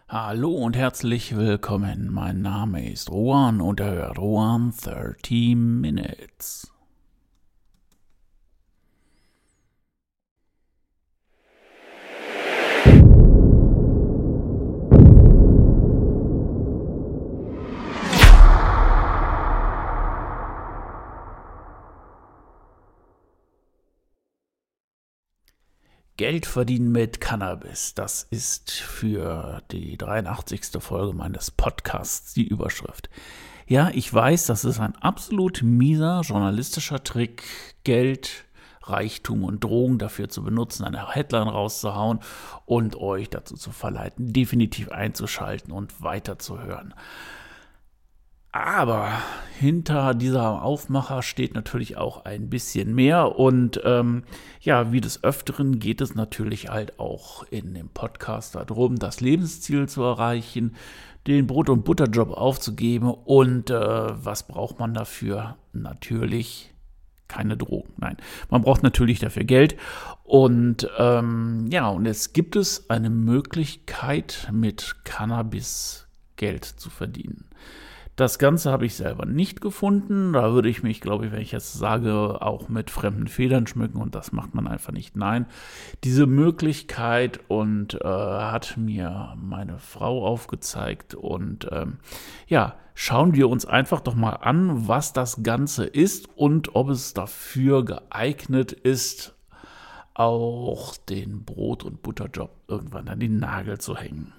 Hallo und herzlich willkommen. Mein Name ist Rohan und ihr hört Rohan 30 Minutes. Geld verdienen mit Cannabis, das ist für die 83. Folge meines Podcasts die Überschrift. Ja, ich weiß, das ist ein absolut mieser journalistischer Trick, Geld, Reichtum und Drogen dafür zu benutzen, eine Headline rauszuhauen und euch dazu zu verleiten, definitiv einzuschalten und weiterzuhören. Aber hinter dieser Aufmacher steht natürlich auch ein bisschen mehr und wie des Öfteren geht es natürlich halt auch in dem Podcast darum, das Lebensziel zu erreichen, den Brot- und Butterjob aufzugeben und was braucht man dafür? Natürlich keine Drogen, nein. Man braucht natürlich dafür Geld und und jetzt gibt es eine Möglichkeit mit Cannabis Geld zu verdienen. Das Ganze habe ich selber nicht gefunden. Da würde ich mich, glaube ich, wenn ich jetzt sage, auch mit fremden Federn schmücken und das macht man einfach nicht. Nein, diese Möglichkeit hat mir meine Frau aufgezeigt und schauen wir uns einfach doch mal an, was das Ganze ist und ob es dafür geeignet ist, auch den Brot- und Butterjob irgendwann an den Nagel zu hängen.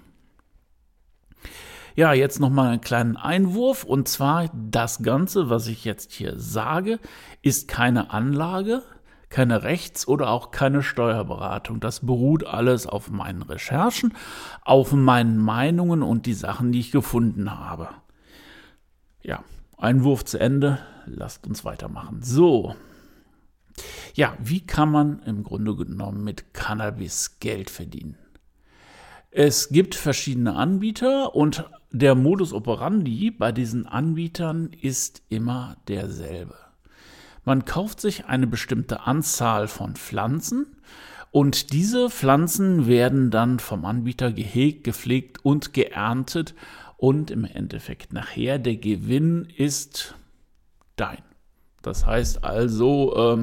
Ja, jetzt nochmal einen kleinen Einwurf und zwar das Ganze, was ich jetzt hier sage, ist keine Anlage, keine Rechts- oder auch keine Steuerberatung. Das beruht alles auf meinen Recherchen, auf meinen Meinungen und die Sachen, die ich gefunden habe. Ja, Einwurf zu Ende, lasst uns weitermachen. So, ja, wie kann man im Grunde genommen mit Cannabis Geld verdienen? Es gibt verschiedene Anbieter und der Modus operandi bei diesen Anbietern ist immer derselbe. Man kauft sich eine bestimmte Anzahl von Pflanzen und diese Pflanzen werden dann vom Anbieter gehegt, gepflegt und geerntet und im Endeffekt nachher der Gewinn ist dein. Das heißt also,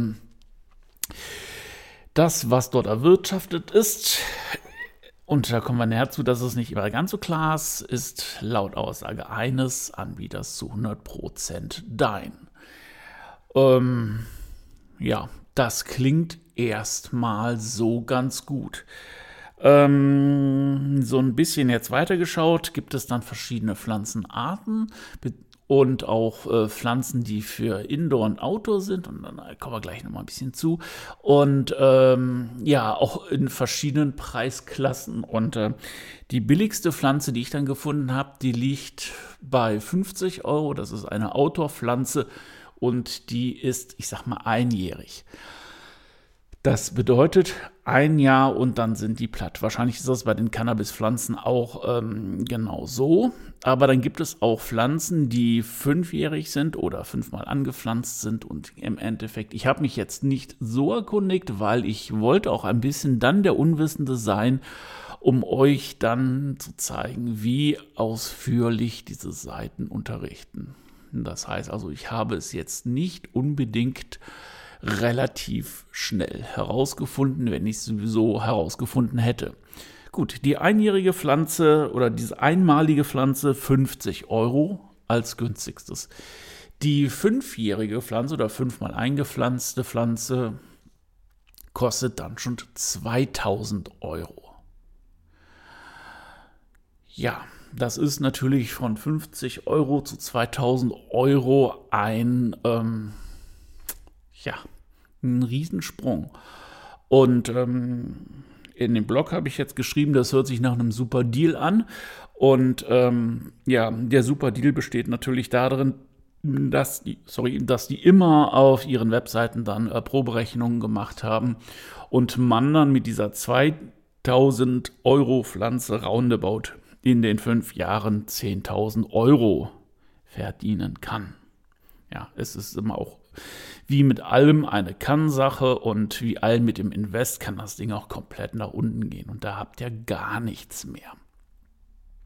das, was dort erwirtschaftet ist, und da kommen wir näher zu, dass es nicht immer ganz so klar ist laut Aussage eines Anbieters zu 100% dein. Das klingt erstmal so ganz gut. So ein bisschen jetzt weitergeschaut, gibt es dann verschiedene Pflanzenarten und auch Pflanzen, die für Indoor und Outdoor sind. Und dann kommen wir gleich nochmal ein bisschen zu. Und auch in verschiedenen Preisklassen. Und die billigste Pflanze, die ich dann gefunden habe, die liegt bei 50 Euro. Das ist eine Outdoor-Pflanze und die ist, ich sag mal, einjährig. Das bedeutet 1 Jahr und dann sind die platt. Wahrscheinlich ist das bei den Cannabispflanzen auch genau so. Aber dann gibt es auch Pflanzen, die 5-jährig sind oder 5-mal angepflanzt sind. Und im Endeffekt, ich habe mich jetzt nicht so erkundigt, weil ich wollte auch ein bisschen dann der Unwissende sein, um euch dann zu zeigen, wie ausführlich diese Seiten unterrichten. Das heißt also, ich habe es jetzt nicht unbedingt relativ schnell herausgefunden, wenn ich es sowieso herausgefunden hätte. Gut, die einjährige Pflanze oder diese einmalige Pflanze 50 Euro als günstigstes. Die 5-jährige Pflanze oder 5-mal eingepflanzte Pflanze kostet dann schon 2000 Euro. Ja, das ist natürlich von 50 Euro zu 2000 Euro ein Riesensprung. Und in dem Blog habe ich jetzt geschrieben, das hört sich nach einem super Deal an. Und der super Deal besteht natürlich darin, dass die immer auf ihren Webseiten dann Proberechnungen gemacht haben und man dann mit dieser 2000 Euro Pflanze roundabout in den 5 Jahren 10.000 Euro verdienen kann. Ja, es ist immer auch wie mit allem eine Kann-Sache und wie allem mit dem Invest kann das Ding auch komplett nach unten gehen und da habt ihr gar nichts mehr.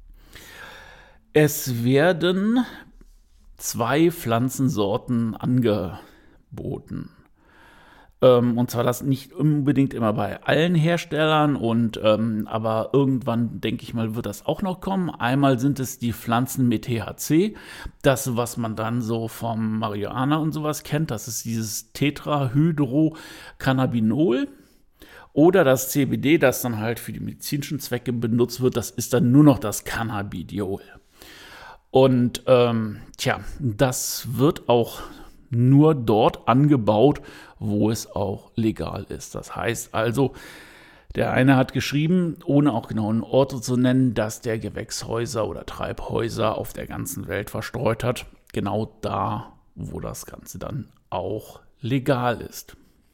Es werden 2 Pflanzensorten angeboten. Und zwar das nicht unbedingt immer bei allen Herstellern, aber irgendwann, denke ich mal, wird das auch noch kommen. Einmal sind es die Pflanzen mit THC, das, was man dann so vom Marihuana und sowas kennt, das ist dieses Tetrahydrocannabinol. Oder das CBD, das dann halt für die medizinischen Zwecke benutzt wird, das ist dann nur noch das Cannabidiol. Und das wird auch nur dort angebaut, wo es auch legal ist. Das heißt also, der eine hat geschrieben, ohne auch genauen Orte zu nennen, dass der Gewächshäuser oder Treibhäuser auf der ganzen Welt verstreut hat. Genau da, wo das Ganze dann auch legal ist.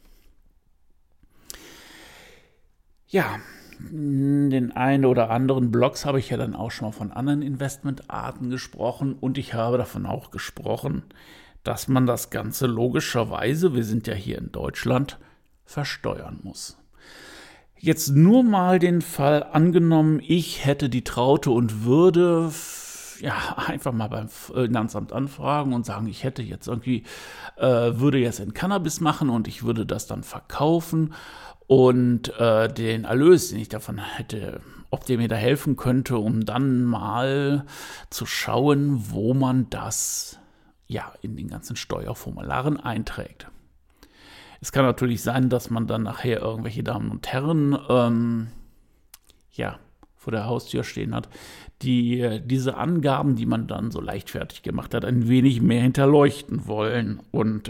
Ja, in den einen oder anderen Blogs habe ich ja dann auch schon mal von anderen Investmentarten gesprochen und ich habe davon auch gesprochen, dass man das Ganze logischerweise, wir sind ja hier in Deutschland, versteuern muss. Jetzt nur mal den Fall angenommen, ich hätte die Traute und würde einfach mal beim Finanzamt anfragen und sagen, ich hätte jetzt würde jetzt in Cannabis machen und ich würde das dann verkaufen und den Erlös, den ich davon hätte, ob der mir da helfen könnte, um dann mal zu schauen, wo man das in den ganzen Steuerformularen einträgt. Es kann natürlich sein, dass man dann nachher irgendwelche Damen und Herren vor der Haustür stehen hat, die diese Angaben, die man dann so leichtfertig gemacht hat, ein wenig mehr hinterleuchten wollen. Und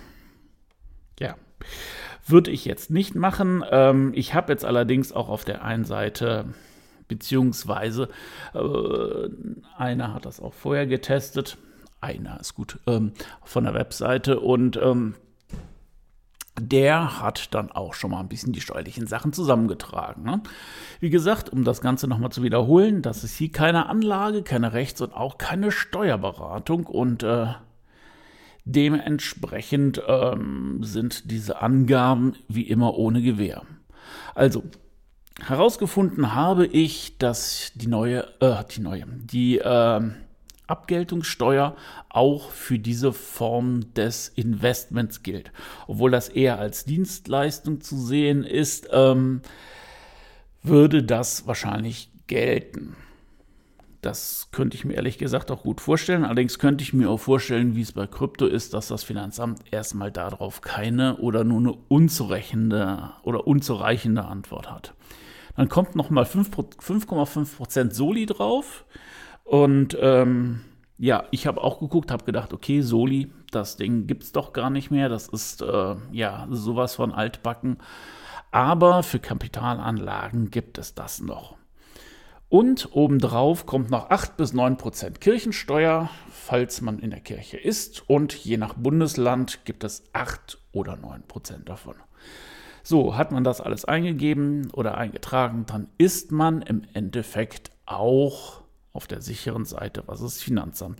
würde ich jetzt nicht machen. Ich habe jetzt allerdings auch auf der einen Seite, beziehungsweise einer hat das auch vorher getestet, einer ist gut, von der Webseite und der hat dann auch schon mal ein bisschen die steuerlichen Sachen zusammengetragen. Ne? Wie gesagt, um das Ganze nochmal zu wiederholen, das ist hier keine Anlage, keine Rechts- und auch keine Steuerberatung und dementsprechend sind diese Angaben wie immer ohne Gewähr. Also, herausgefunden habe ich, dass die Abgeltungssteuer auch für diese Form des Investments gilt. Obwohl das eher als Dienstleistung zu sehen ist, würde das wahrscheinlich gelten. Das könnte ich mir ehrlich gesagt auch gut vorstellen. Allerdings könnte ich mir auch vorstellen, wie es bei Krypto ist, dass das Finanzamt erstmal darauf keine oder nur eine unzureichende Antwort hat. Dann kommt nochmal 5,5% Soli drauf. Und ich habe auch geguckt, habe gedacht, okay, Soli, das Ding gibt es doch gar nicht mehr. Das ist sowas von altbacken. Aber für Kapitalanlagen gibt es das noch. Und obendrauf kommt noch 8-9% Kirchensteuer, falls man in der Kirche ist. Und je nach Bundesland gibt es 8 oder 9% davon. So, hat man das alles eingegeben oder eingetragen, dann ist man im Endeffekt auch auf der sicheren Seite, was das Finanzamt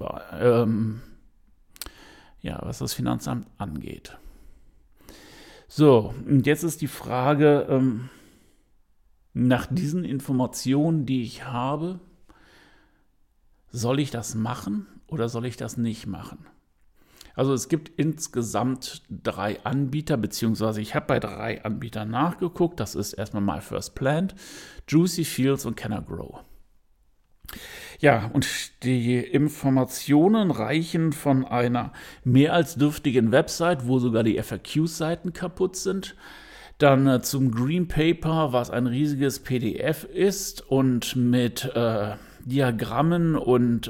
angeht. So, und jetzt ist die Frage, nach diesen Informationen, die ich habe, soll ich das machen oder soll ich das nicht machen? Also es gibt insgesamt 3 Anbieter, beziehungsweise ich habe bei 3 Anbietern nachgeguckt. Das ist erstmal MyFirstPlant, Juicy Fields und CannaGrow. Ja, und die Informationen reichen von einer mehr als dürftigen Website, wo sogar die FAQ-Seiten kaputt sind, dann zum Green Paper, was ein riesiges PDF ist und mit Diagrammen und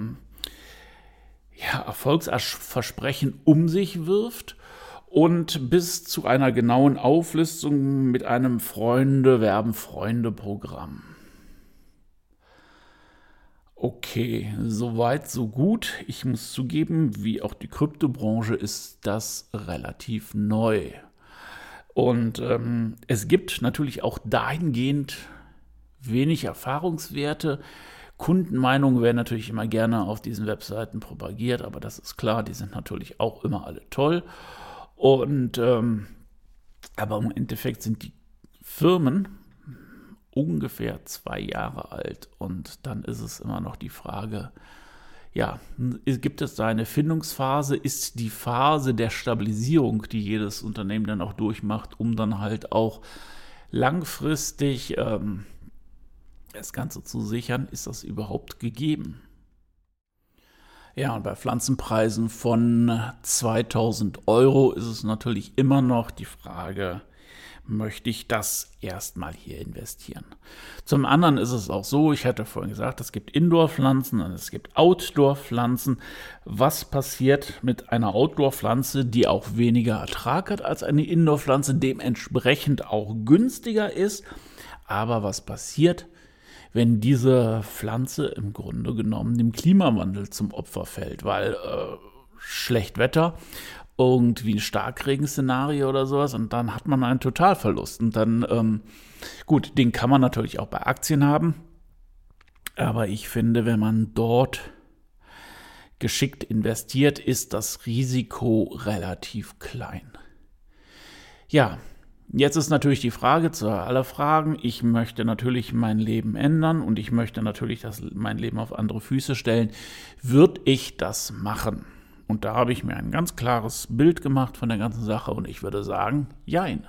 Erfolgsversprechen um sich wirft und bis zu einer genauen Auflistung mit einem Freunde-werben-Freunde-Programm. Okay, soweit, so gut. Ich muss zugeben, wie auch die Kryptobranche ist das relativ neu. Und es gibt natürlich auch dahingehend wenig Erfahrungswerte. Kundenmeinungen werden natürlich immer gerne auf diesen Webseiten propagiert, aber das ist klar, die sind natürlich auch immer alle toll. Und aber im Endeffekt sind die Firmen ungefähr 2 Jahre alt. Und dann ist es immer noch die Frage, ja, gibt es da eine Findungsphase? Ist die Phase der Stabilisierung, die jedes Unternehmen dann auch durchmacht, um dann halt auch langfristig das Ganze zu sichern, ist das überhaupt gegeben? Ja, und bei Pflanzenpreisen von 2.000 € ist es natürlich immer noch die Frage, möchte ich das erstmal hier investieren? Zum anderen ist es auch so, ich hatte vorhin gesagt, es gibt Indoor-Pflanzen und es gibt Outdoor-Pflanzen. Was passiert mit einer Outdoor-Pflanze, die auch weniger Ertrag hat als eine Indoor-Pflanze, dementsprechend auch günstiger ist? Aber was passiert, wenn diese Pflanze im Grunde genommen dem Klimawandel zum Opfer fällt, weil schlecht Wetter, irgendwie ein Starkregenszenario oder sowas und dann hat man einen Totalverlust. Und dann, gut, den kann man natürlich auch bei Aktien haben, aber ich finde, wenn man dort geschickt investiert, ist das Risiko relativ klein. Ja, jetzt ist natürlich die Frage zu aller Fragen. Ich möchte natürlich mein Leben ändern und ich möchte natürlich mein Leben auf andere Füße stellen. Würde ich das machen? Und da habe ich mir ein ganz klares Bild gemacht von der ganzen Sache und ich würde sagen, jein.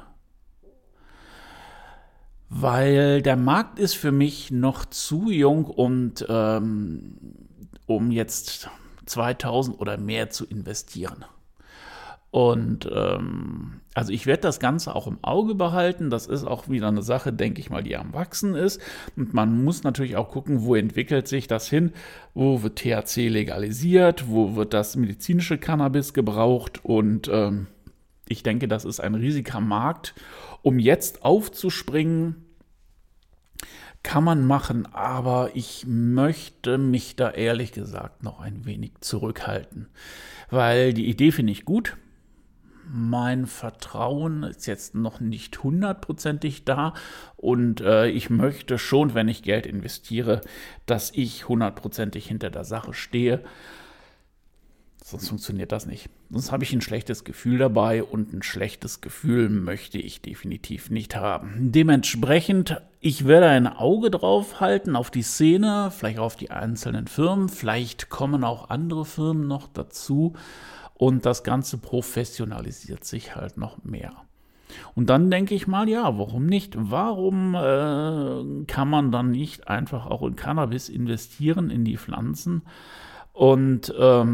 Weil der Markt ist für mich noch zu jung und um jetzt 2.000 oder mehr zu investieren. Und also ich werde das Ganze auch im Auge behalten. Das ist auch wieder eine Sache, denke ich mal, die am Wachsen ist. Und man muss natürlich auch gucken, wo entwickelt sich das hin, wo wird THC legalisiert, wo wird das medizinische Cannabis gebraucht. Und ich denke, das ist ein riesiger Markt. Um jetzt aufzuspringen, kann man machen, aber ich möchte mich da ehrlich gesagt noch ein wenig zurückhalten. Weil die Idee finde ich gut. Mein Vertrauen ist jetzt noch nicht hundertprozentig da und ich möchte schon, wenn ich Geld investiere, dass ich hundertprozentig hinter der Sache stehe. Sonst funktioniert das nicht. Sonst habe ich ein schlechtes Gefühl dabei und ein schlechtes Gefühl möchte ich definitiv nicht haben. Dementsprechend, ich werde ein Auge drauf halten auf die Szene, vielleicht auf die einzelnen Firmen, vielleicht kommen auch andere Firmen noch dazu. Und das Ganze professionalisiert sich halt noch mehr. Und dann denke ich mal, ja, warum nicht? Warum kann man dann nicht einfach auch in Cannabis investieren, in die Pflanzen? Und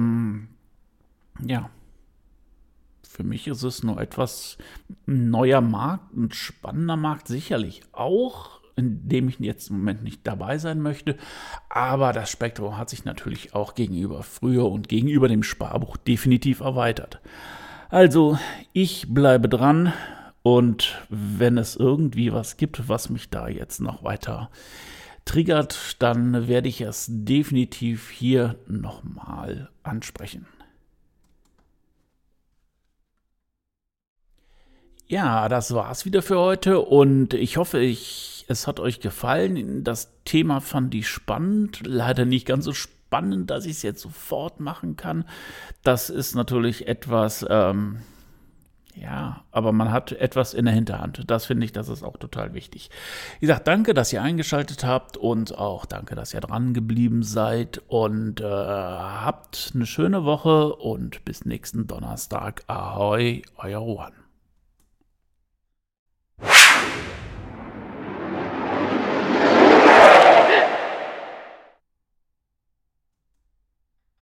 ja, für mich ist es nur etwas ein neuer Markt, ein spannender Markt sicherlich auch, in dem ich jetzt im Moment nicht dabei sein möchte. Aber das Spektrum hat sich natürlich auch gegenüber früher und gegenüber dem Sparbuch definitiv erweitert. Also, ich bleibe dran und wenn es irgendwie was gibt, was mich da jetzt noch weiter triggert, dann werde ich es definitiv hier nochmal ansprechen. Ja, das war's wieder für heute und ich hoffe, es hat euch gefallen. Das Thema fand ich spannend, leider nicht ganz so spannend, dass ich es jetzt sofort machen kann. Das ist natürlich etwas, ja, aber man hat etwas in der Hinterhand. Das finde ich, das ist auch total wichtig. Wie gesagt, danke, dass ihr eingeschaltet habt und auch danke, dass ihr dran geblieben seid und habt eine schöne Woche und bis nächsten Donnerstag. Ahoi, euer Rohan.